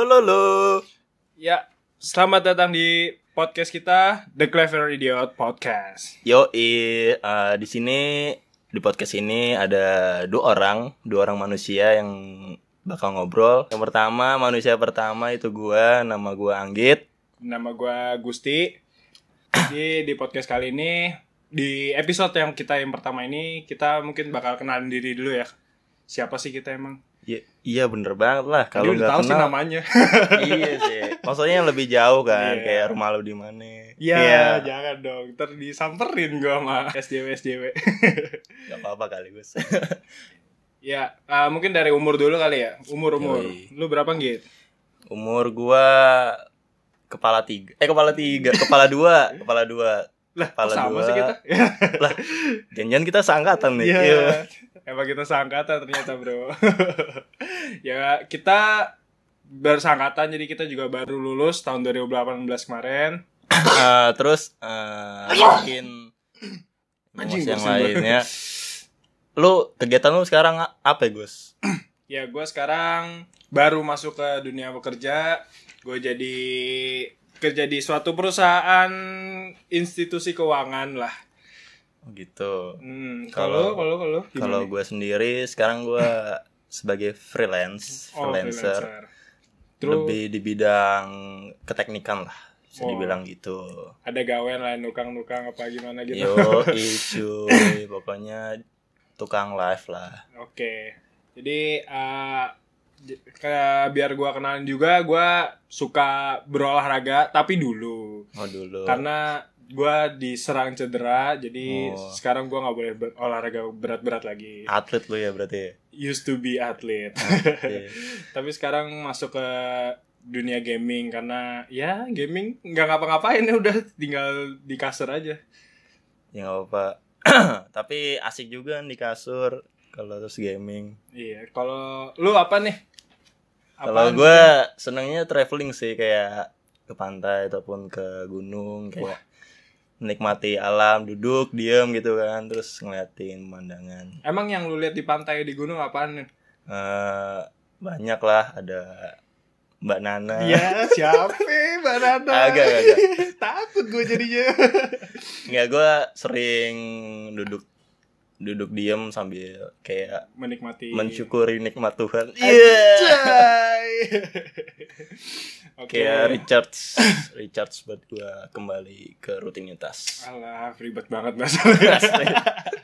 Lo. Ya, selamat datang di podcast kita, The Clever Idiot Podcast. Di sini di podcast ini ada dua orang manusia yang bakal ngobrol. Yang pertama, manusia pertama itu nama gua Anggit. Nama gue Gusti. Jadi di podcast kali ini, di episode yang pertama ini, kita mungkin bakal kenalin diri dulu ya. Siapa sih kita emang? Iya bener banget lah. Kalau nggak tahu kenal sih namanya. Iya sih. Maksudnya yang lebih jauh kan, Iya. kayak rumah lu di mana? Iya, jangan dong. Ntar disamperin gue sama SJW. Gak apa-apa kali Gus. Ya, mungkin dari umur dulu kali ya. Umur. Yoi. Lu berapa Git? Umur gua kepala dua. Lah, Kepala sama dua. sih kita. Lah, jangan kita seangkatan nih. Iya. Emang kita seangkatan ternyata bro. Ya kita bersangkatan, jadi kita juga baru lulus tahun 2018 kemarin. Terus mungkin Anjing, yang bosen lainnya. Lu kegiatan lu sekarang apa ya Gus? Ya gue sekarang baru masuk ke dunia bekerja. Gue jadi kerja di suatu perusahaan institusi keuangan lah. Gitu. Kalau gue sendiri sekarang gue sebagai freelancer. Terus Lebih di bidang keteknikan lah, bisa dibilang gitu. ada gawean lah, nukang apa gimana gitu. Cuy, pokoknya tukang live lah. Oke. Jadi biar gue kenalin juga, gue suka berolahraga tapi dulu. Dulu. Karena gue diserang cedera, jadi sekarang gue nggak boleh olahraga berat-berat lagi. Atlet lu ya berarti. Used to be atlet. Okay. Tapi sekarang masuk ke dunia gaming karena ya gaming nggak ngapa-ngapain ya, udah tinggal di kasur aja. Ya nggak apa. Tapi asik juga di kasur kalau terus gaming. Iya. Kalau lu apa nih? Kalau gue senengnya traveling sih, kayak ke pantai ataupun ke gunung, kayak menikmati alam, duduk, diem gitu kan, terus ngeliatin pemandangan. Emang yang lu lihat di pantai di gunung apaan nih? Banyak lah, ada Mbak Nana. Ya, siapa Mbak Nana? Agak. Takut gue jadinya. Nggak, gue sering duduk diem sambil kayak menikmati, mensyukuri nikmat Tuhan. Oke. Kayak Richard buat gue kembali ke rutinitas. Alah, ribet banget masalahnya.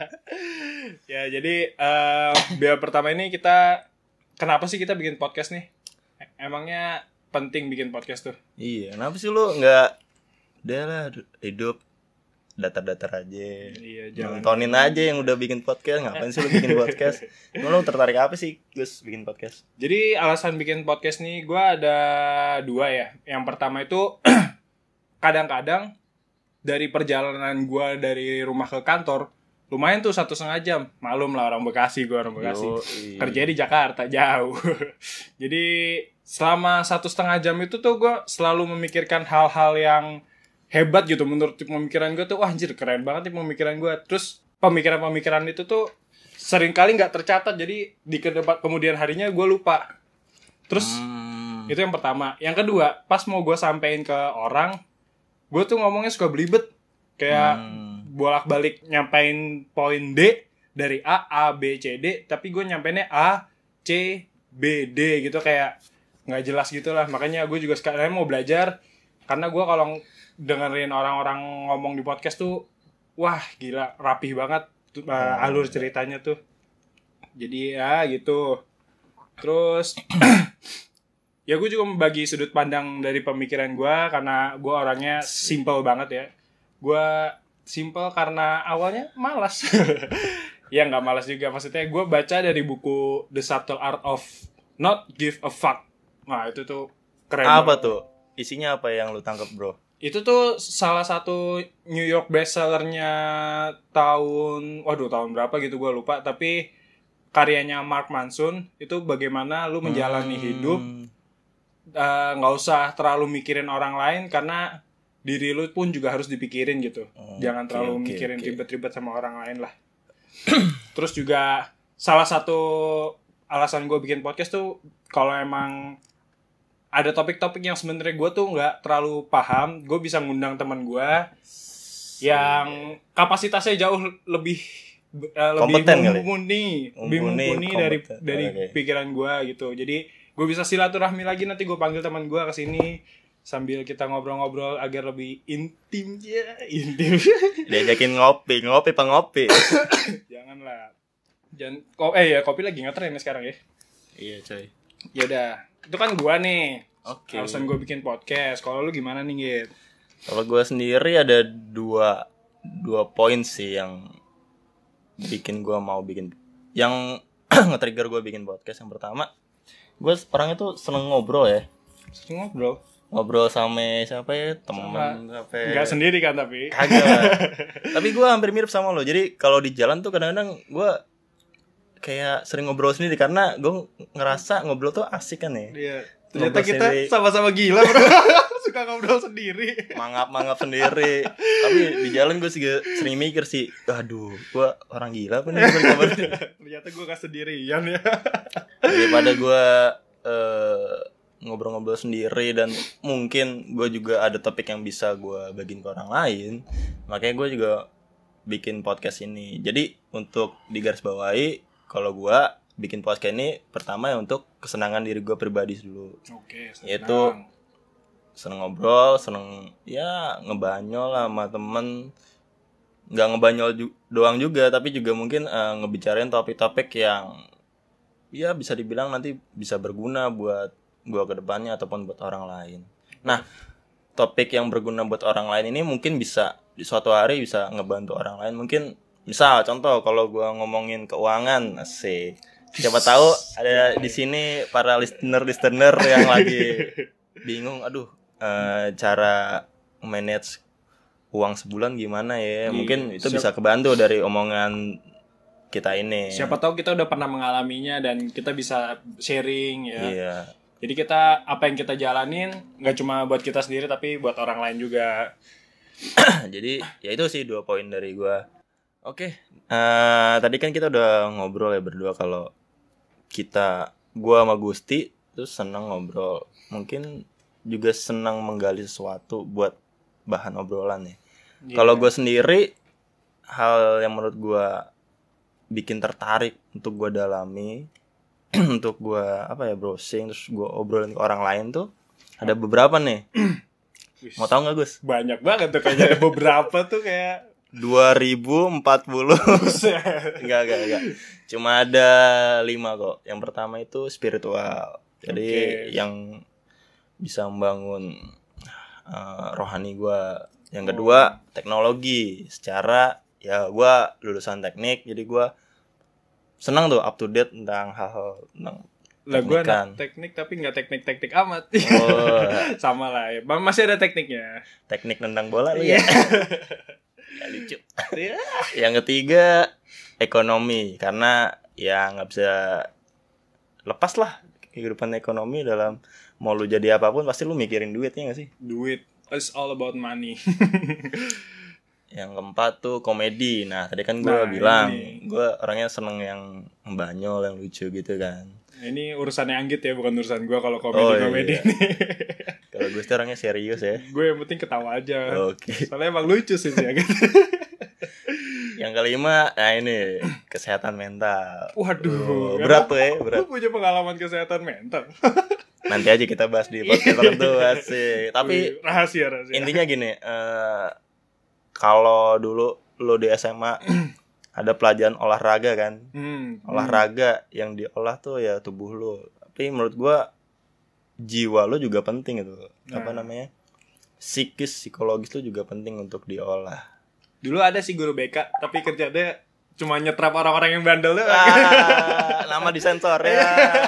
Ya, jadi biar pertama ini kenapa sih kita bikin podcast nih? Emangnya penting bikin podcast tuh? Iya, kenapa sih lu nggak udah lah hidup datar-datar aja. Iya, nontonin aja yang udah bikin podcast. Ngapain sih lu bikin podcast? Lu tertarik apa sih Gus bikin podcast? Jadi alasan bikin podcast nih gue ada dua ya. Yang pertama itu kadang-kadang dari perjalanan gue dari rumah ke kantor lumayan tuh 1,5 jam. Malum lah, orang Bekasi, gue orang Bekasi. Kerja di Jakarta jauh. Jadi selama 1,5 jam itu tuh gue selalu memikirkan hal-hal yang hebat gitu menurut pemikiran gue tuh. Wah anjir, keren banget nih pemikiran gue. Terus pemikiran-pemikiran itu tuh sering kali gak tercatat. Jadi di kemudian harinya gue lupa. Terus itu yang pertama. Yang kedua, pas mau gue sampein ke orang, gue tuh ngomongnya suka belibet. Kayak bolak-balik nyampein poin D dari A, B, C, D. Tapi gue nyampeinnya A, C, B, D gitu. Kayak gak jelas gitu lah. Makanya gue juga sekarang mau belajar. Karena gue kalau dengerin orang-orang ngomong di podcast tuh, wah gila, rapih banget alur ceritanya tuh. Jadi ya gitu. Terus ya gue juga membagi sudut pandang dari pemikiran gue, karena gue orangnya simple banget ya. Gue simple karena awalnya malas. Ya gak malas juga, maksudnya gue baca dari buku The Subtle Art of Not Give a Fuck. Nah itu tuh keren apa banget. Tuh isinya apa yang lu tangkap bro? Itu tuh salah satu New York bestsellernya tahun berapa gitu gue lupa, tapi karyanya Mark Manson. Itu bagaimana lu menjalani hidup nggak usah terlalu mikirin orang lain, karena diri lu pun juga harus dipikirin gitu. Jangan terlalu mikirin ribet-ribet sama orang lain lah. Terus juga salah satu alasan gue bikin podcast tuh, kalau emang ada topik-topik yang sebenarnya gue tuh nggak terlalu paham, gue bisa ngundang teman gue yang kapasitasnya jauh lebih Kompeten kali. lebih mumpuni dari pikiran gue gitu. Jadi gue bisa silaturahmi lagi, nanti gue panggil teman gue ke sini sambil kita ngobrol-ngobrol agar lebih intim. Diajakin ngopi. Janganlah. Kopi lagi ngetren nih sekarang ya. Iya coy. Ya udah, itu kan gue nih. Oke. Alasan gue bikin podcast. Kalau lu gimana nih, Git? Kalau gue sendiri ada dua poin sih yang bikin gue mau bikin, yang nge-trigger gue bikin podcast. Yang pertama, gue orangnya tuh seneng ngobrol ya. Seneng ngobrol sama siapa ya, teman sampai nggak sendiri kan tapi kagak. Tapi gue hampir mirip sama lo. Jadi kalau di jalan tuh kadang-kadang gue kayak sering ngobrol sendiri karena gue ngerasa ngobrol tuh asik kan ya. Iya. Ternyata Ngobrol kita sendiri. sama-sama gila bro. Suka ngobrol sendiri. Mangap sendiri. Tapi di jalan gue juga sering mikir sih, aduh, gue orang gila apa nih. Ternyata gue gak sendirian ya. Daripada gue ngobrol-ngobrol sendiri, dan mungkin gue juga ada topik yang bisa gue bagiin ke orang lain, makanya gue juga bikin podcast ini. Jadi untuk digarisbawahi, kalau gue bikin podcast ini pertama ya untuk kesenangan diri gue pribadi dulu. Oke, senang. Yaitu seneng ngobrol, seneng ya ngebanyol sama temen. Nggak ngebanyol doang juga, tapi juga mungkin ngebicarain topik-topik yang ya bisa dibilang nanti bisa berguna buat gue ke depannya ataupun buat orang lain. Nah, topik yang berguna buat orang lain ini mungkin bisa di suatu hari bisa ngebantu orang lain. Mungkin misal contoh kalau gue ngomongin keuangan, asik. Siapa tahu ada di sini para listener yang lagi bingung, aduh, cara manage uang sebulan gimana ya. Mungkin itu bisa kebantu dari omongan kita ini. Siapa tahu kita udah pernah mengalaminya dan kita bisa sharing ya. Iya. Jadi kita apa yang kita jalanin nggak cuma buat kita sendiri tapi buat orang lain juga. Jadi ya itu sih 2 poin dari gua. Oke. Tadi kan kita udah ngobrol ya berdua kalau gua sama Gusti terus seneng ngobrol. Mungkin juga senang menggali sesuatu buat bahan obrolan ya. Yeah. Kalau gua sendiri, hal yang menurut gua bikin tertarik untuk gua dalami, untuk gua browsing terus gua obrolin ke orang lain tuh ada beberapa nih. Mau tahu nggak Gus? Banyak banget tuh kayaknya. Beberapa tuh kayak 2040. Enggak. Cuma ada 5 kok. Yang pertama itu spiritual. Jadi yang bisa membangun rohani gua. Yang kedua teknologi. Secara ya gua lulusan teknik, jadi gua senang tuh up to date tentang hal-hal tentang lah. Gue anak teknik tapi nggak teknik amat. Sama lah ya. Masih ada tekniknya. Teknik nendang bola lu ya. Ya lucu. Yang ketiga ekonomi, karena ya nggak bisa lepas lah kehidupan ekonomi. Dalam mau lu jadi apapun pasti lu mikirin duitnya nggak sih? Duit, it's all about money. Yang keempat tuh komedi. Nah tadi kan gue bilang gue orangnya seneng yang membanyol, yang lucu gitu kan. Ini urusannya Anggit ya, bukan urusan gue kalau komedi ini. Kalau gue orangnya serius ya. Gue yang penting ketawa aja. Oke. Soalnya emang lucu sih Anggit. Yang kelima, nah ini kesehatan mental. Waduh, berat tuh ya, berat. Lu punya pengalaman kesehatan mental? Nanti aja kita bahas di podcast tertentu sih. Tapi rahasia. Intinya gini, kalau dulu lo di SMA ada pelajaran olahraga kan, olahraga yang diolah tuh ya tubuh lo. Tapi menurut gua jiwa lo juga penting itu. Psikologis lo juga penting untuk diolah. Dulu ada sih guru BK, tapi kerjanya cuma nyetrap orang-orang yang bandel doang. Nama disensor ya.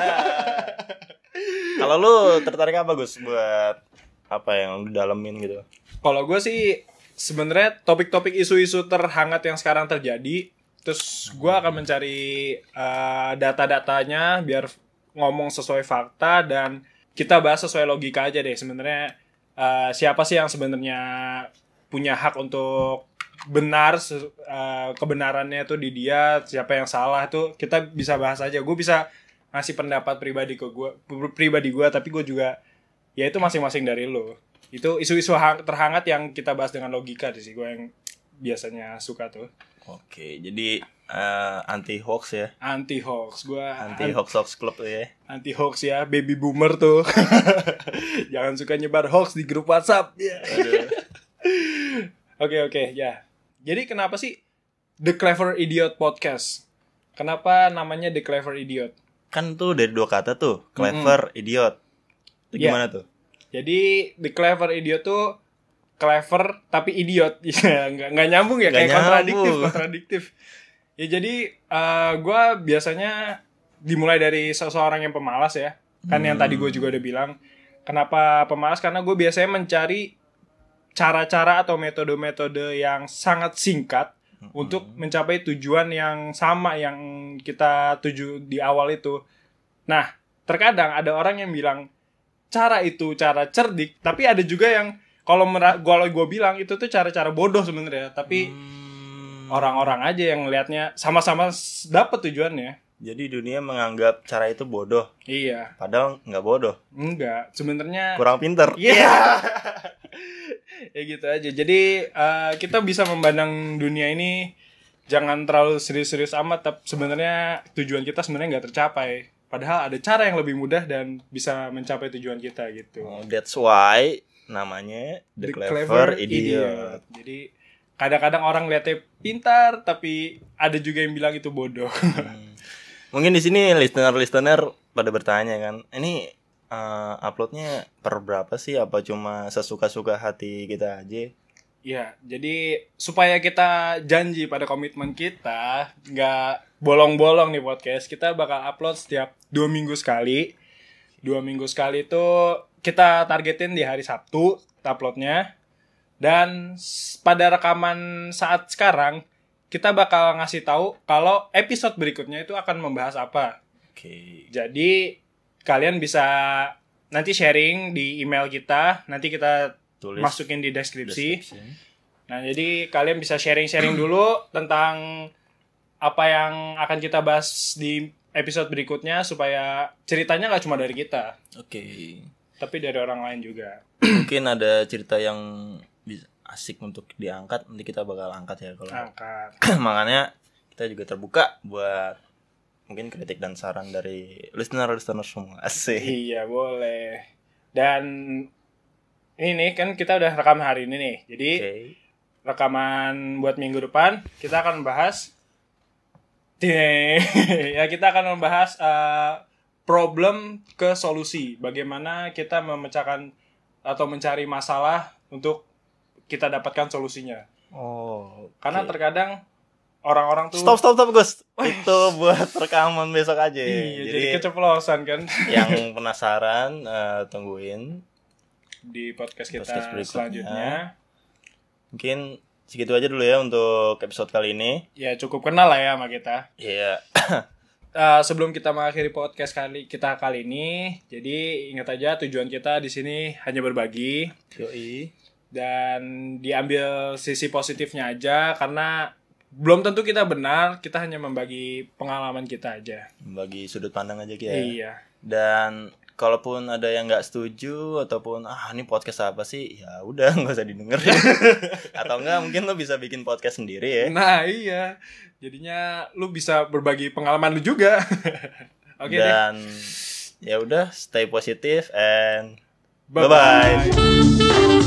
Kalau lo tertarik apa Gus buat apa yang lu dalemin gitu? Kalau gue sih sebenarnya topik-topik isu-isu terhangat yang sekarang terjadi, terus gue akan mencari data-datanya biar ngomong sesuai fakta dan kita bahas sesuai logika aja deh. Sebenarnya siapa sih yang sebenarnya punya hak untuk benar, kebenarannya tuh di dia, siapa yang salah tuh kita bisa bahas aja. Gue bisa ngasih pendapat pribadi gue, tapi gue juga ya itu masing-masing dari lu. Itu isu-isu terhangat yang kita bahas dengan logika sih, gue yang biasanya suka tuh. Oke, jadi anti hoax ya. Anti hoax, gue Anti hoax club tuh ya. Anti hoax ya, baby boomer tuh. Jangan suka nyebar hoax di grup WhatsApp. Oke, ya. Jadi kenapa sih The Clever Idiot Podcast? Kenapa namanya The Clever Idiot? Kan tuh dari 2 kata tuh, clever, idiot. Itu gimana tuh? Jadi The Clever Idiot tuh clever tapi idiot. Ya, nggak nyambung ya, kayak kontradiktif. Ya jadi gue biasanya dimulai dari seseorang yang pemalas ya. Kan yang tadi gue juga udah bilang. Kenapa pemalas? Karena gue biasanya mencari cara-cara atau metode-metode yang sangat singkat untuk mencapai tujuan yang sama yang kita tuju di awal itu. Nah, terkadang ada orang yang bilang cara itu cara cerdik, tapi ada juga yang kalau gue bilang itu tuh cara-cara bodoh sebenarnya, tapi orang-orang aja yang lihatnya sama-sama dapat tujuannya. Jadi dunia menganggap cara itu bodoh. Iya. Padahal nggak bodoh. Enggak, sebenarnya kurang pinter. Iya. Yeah. Ya gitu aja. Jadi kita bisa memandang dunia ini jangan terlalu serius-serius amat, tapi sebenarnya tujuan kita sebenarnya nggak tercapai. Padahal ada cara yang lebih mudah dan bisa mencapai tujuan kita gitu. That's why namanya The Clever Idiot. Jadi kadang-kadang orang lihatnya pintar, tapi ada juga yang bilang itu bodoh. Mungkin di sini listener pada bertanya kan, ini uploadnya per berapa sih? Apa cuma sesuka-suka hati kita aja? Ya, jadi supaya kita janji pada komitmen kita, nggak bolong-bolong nih podcast, kita bakal upload setiap 2 minggu sekali. 2 minggu sekali itu kita targetin di hari Sabtu uploadnya. Dan pada rekaman saat sekarang, kita bakal ngasih tahu kalau episode berikutnya itu akan membahas apa. Oke. Jadi kalian bisa nanti sharing di email kita, nanti kita tulis, masukin di deskripsi. Nah, jadi kalian bisa sharing-sharing dulu tentang apa yang akan kita bahas di episode berikutnya supaya ceritanya nggak cuma dari kita. Oke. Tapi dari orang lain juga. Mungkin ada cerita yang asik untuk diangkat, nanti kita bakal angkat ya kalau. Angkat. Makanya kita juga terbuka buat mungkin kritik dan saran dari listener semua. Asik. Iya, boleh. Dan ini kan kita udah rekam hari ini nih. Jadi rekaman buat minggu depan kita akan bahas ya kita akan membahas problem ke solusi. Bagaimana kita memecahkan atau mencari masalah untuk kita dapatkan solusinya. Oh. Karena terkadang orang-orang tuh Stop Gus. Itu buat rekaman besok aja. Iya, jadi keceplosan kan. Yang penasaran tungguin di podcast kita selanjutnya. Mungkin segitu aja dulu ya untuk episode kali ini. Ya cukup kenal lah ya sama kita. Iya. Sebelum kita mengakhiri podcast kita kali ini, jadi ingat aja tujuan kita di sini hanya berbagi. Yoi. Dan diambil sisi positifnya aja, karena belum tentu kita benar, kita hanya membagi pengalaman kita aja. Membagi sudut pandang aja ya. Iya. Dan kalaupun ada yang nggak setuju ataupun ini podcast apa sih, ya udah nggak usah didengerin. Atau enggak mungkin lo bisa bikin podcast sendiri ya. Nah iya, jadinya lo bisa berbagi pengalaman lo juga. Oke deh. Dan ya udah, stay positif and bye bye.